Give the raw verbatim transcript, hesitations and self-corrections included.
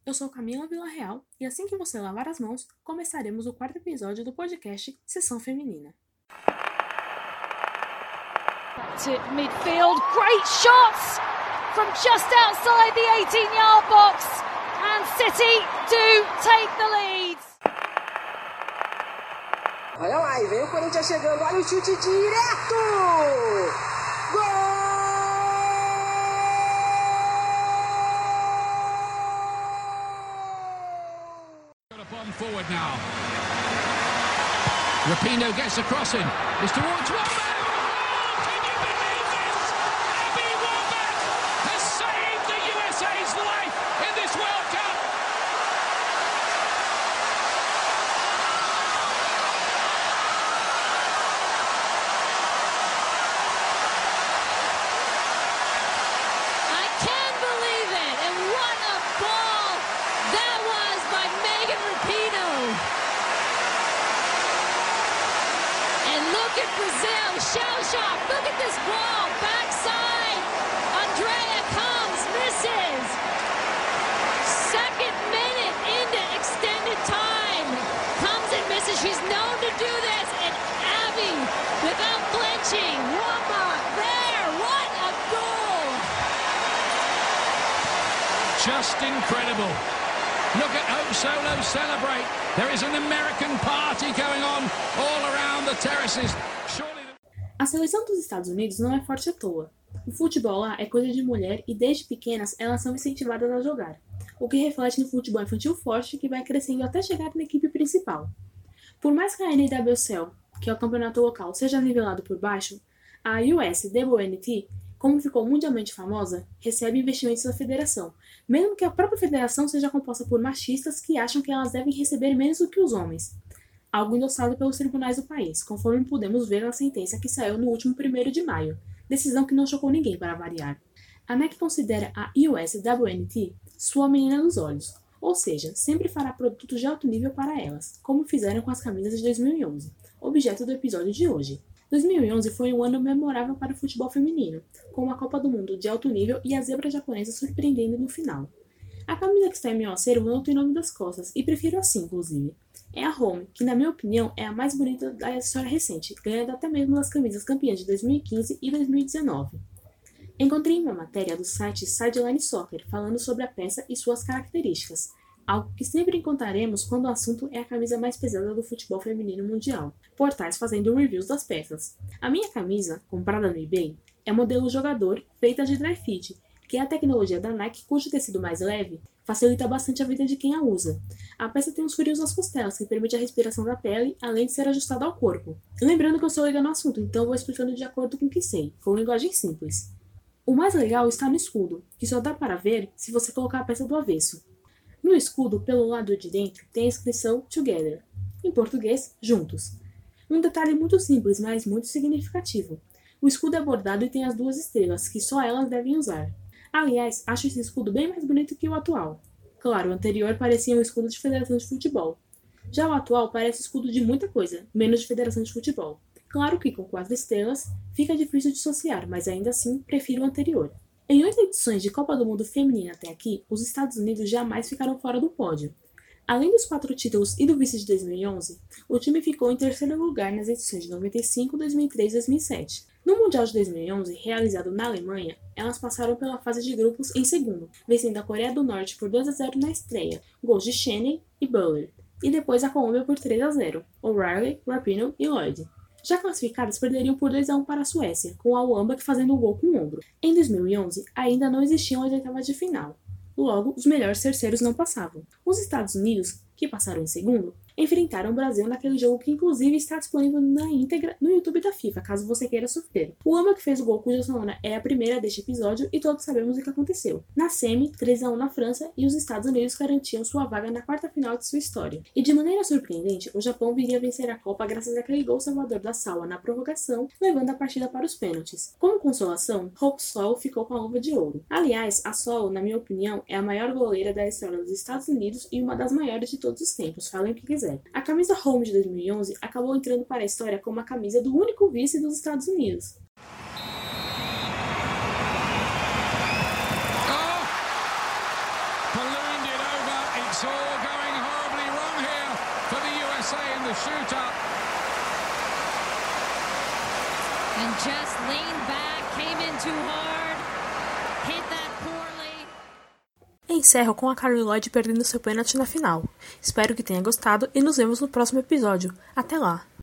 eu sou Camila Villarreal e assim que você lavar as mãos, começaremos o quarto episódio do podcast Sessão Feminina. To midfield, great shots from just outside the eighteen-yard box, and City do take the lead. Olha lá, e vem o Corinthians chegando, olha o chute direto! Gol! Forward now. Rapinoe gets the crossing. It's towards Wombat. Oh, can you believe this? Abby Wombat has saved the U S A's life in this World Cup. I can't believe it, and what a ball that was by Megan Rapinoe. And look at Brazil, shell shock. Look at this ball, backside. Andrea comes, misses. Second minute into extended time. Comes and misses. She's known to do this. And Abby, without flinching, Wombat there. What a goal. Just incredible. Look at Hope Solo celebrate. There is an American party going on all around the terraces. Surely the... A seleção dos Estados Unidos não é forte à toa. O futebol lá é coisa de mulher e desde pequenas elas são incentivadas a jogar, o que reflete no futebol infantil forte que vai crescendo até chegar na equipe principal. Por mais que a N W S L, que é o campeonato local, seja nivelado por baixo, a U S W N T, como ficou mundialmente famosa, recebe investimentos da federação, mesmo que a própria federação seja composta por machistas que acham que elas devem receber menos do que os homens, algo endossado pelos tribunais do país, conforme podemos ver na sentença que saiu no último primeiro de maio, decisão que não chocou ninguém para variar. A N E C considera a U S W N T sua menina dos olhos, ou seja, sempre fará produtos de alto nível para elas, como fizeram com as camisas de dois mil e onze, objeto do episódio de hoje. dois mil e onze foi um ano memorável para o futebol feminino, com uma Copa do Mundo de alto nível e a zebra japonesa surpreendendo no final. A camisa que está em meu acervo não tem nome das costas, e prefiro assim, inclusive. É a Home, que na minha opinião é a mais bonita da história recente, ganhando até mesmo das camisas campeãs de dois mil e quinze e dois mil e dezenove. Encontrei uma matéria do site Sideline Soccer falando sobre a peça e suas características, algo que sempre encontraremos quando o assunto é a camisa mais pesada do futebol feminino mundial. Portais fazendo reviews das peças. A minha camisa, comprada no eBay, é modelo jogador, feita de dry fit, que é a tecnologia da Nike cujo tecido mais leve facilita bastante a vida de quem a usa. A peça tem uns furinhos nas costelas, que permite a respiração da pele, além de ser ajustada ao corpo. Lembrando que eu sou leiga no assunto, então vou explicando de acordo com o que sei, com linguagem simples. O mais legal está no escudo, que só dá para ver se você colocar a peça do avesso. No escudo, pelo lado de dentro, tem a inscrição Together, em português, juntos. Um detalhe muito simples, mas muito significativo. O escudo é bordado e tem as duas estrelas, que só elas devem usar. Aliás, acho esse escudo bem mais bonito que o atual. Claro, o anterior parecia um escudo de federação de futebol. Já o atual parece escudo de muita coisa, menos de federação de futebol. Claro que com quatro estrelas, fica difícil de dissociar, mas ainda assim, prefiro o anterior. Em oito edições de Copa do Mundo Feminina até aqui, os Estados Unidos jamais ficaram fora do pódio. Além dos quatro títulos e do vice de dois mil e onze, o time ficou em terceiro lugar nas edições de noventa e cinco, dois mil e três e dois mil e sete. No Mundial de dois mil e onze, realizado na Alemanha, elas passaram pela fase de grupos em segundo, vencendo a Coreia do Norte por dois a zero na estreia, gols de Shannon e Buller, e depois a Colômbia por três a zero, O'Reilly, Rapinoe e Lloyd. Já classificadas, perderiam por dois a um para a Suécia, com a Wambach fazendo o gol com o ombro. Em dois mil e onze, ainda não existiam as oitavas de final. Logo, os melhores terceiros não passavam. Os Estados Unidos, que passaram em segundo, enfrentaram o Brasil naquele jogo que inclusive está disponível na íntegra no YouTube da FIFA, caso você queira sofrer. O Wambach fez o gol cuja sonora é a primeira deste episódio e todos sabemos o que aconteceu. Na semi, três a um na França e os Estados Unidos garantiam sua vaga na quarta final de sua história. E de maneira surpreendente, o Japão viria a vencer a Copa graças àquele gol salvador da Sawa na prorrogação, levando a partida para os pênaltis. Como consolação, Hope Solo ficou com a luva de ouro. Aliás, a Solo, na minha opinião, é a maior goleira da história dos Estados Unidos e uma das maiores de todos os tempos, falem o que quiser. A camisa Home de dois mil e onze acabou entrando para a história como a camisa do único vice dos Estados Unidos. Oh! Ballooned it over It's all going horribly wrong here for the U S A in the shoot-up. And just leaned back, came in too hard, hit that poorly. Encerro com a Carli Lloyd perdendo seu pênalti na final. Espero que tenha gostado e nos vemos no próximo episódio. Até lá!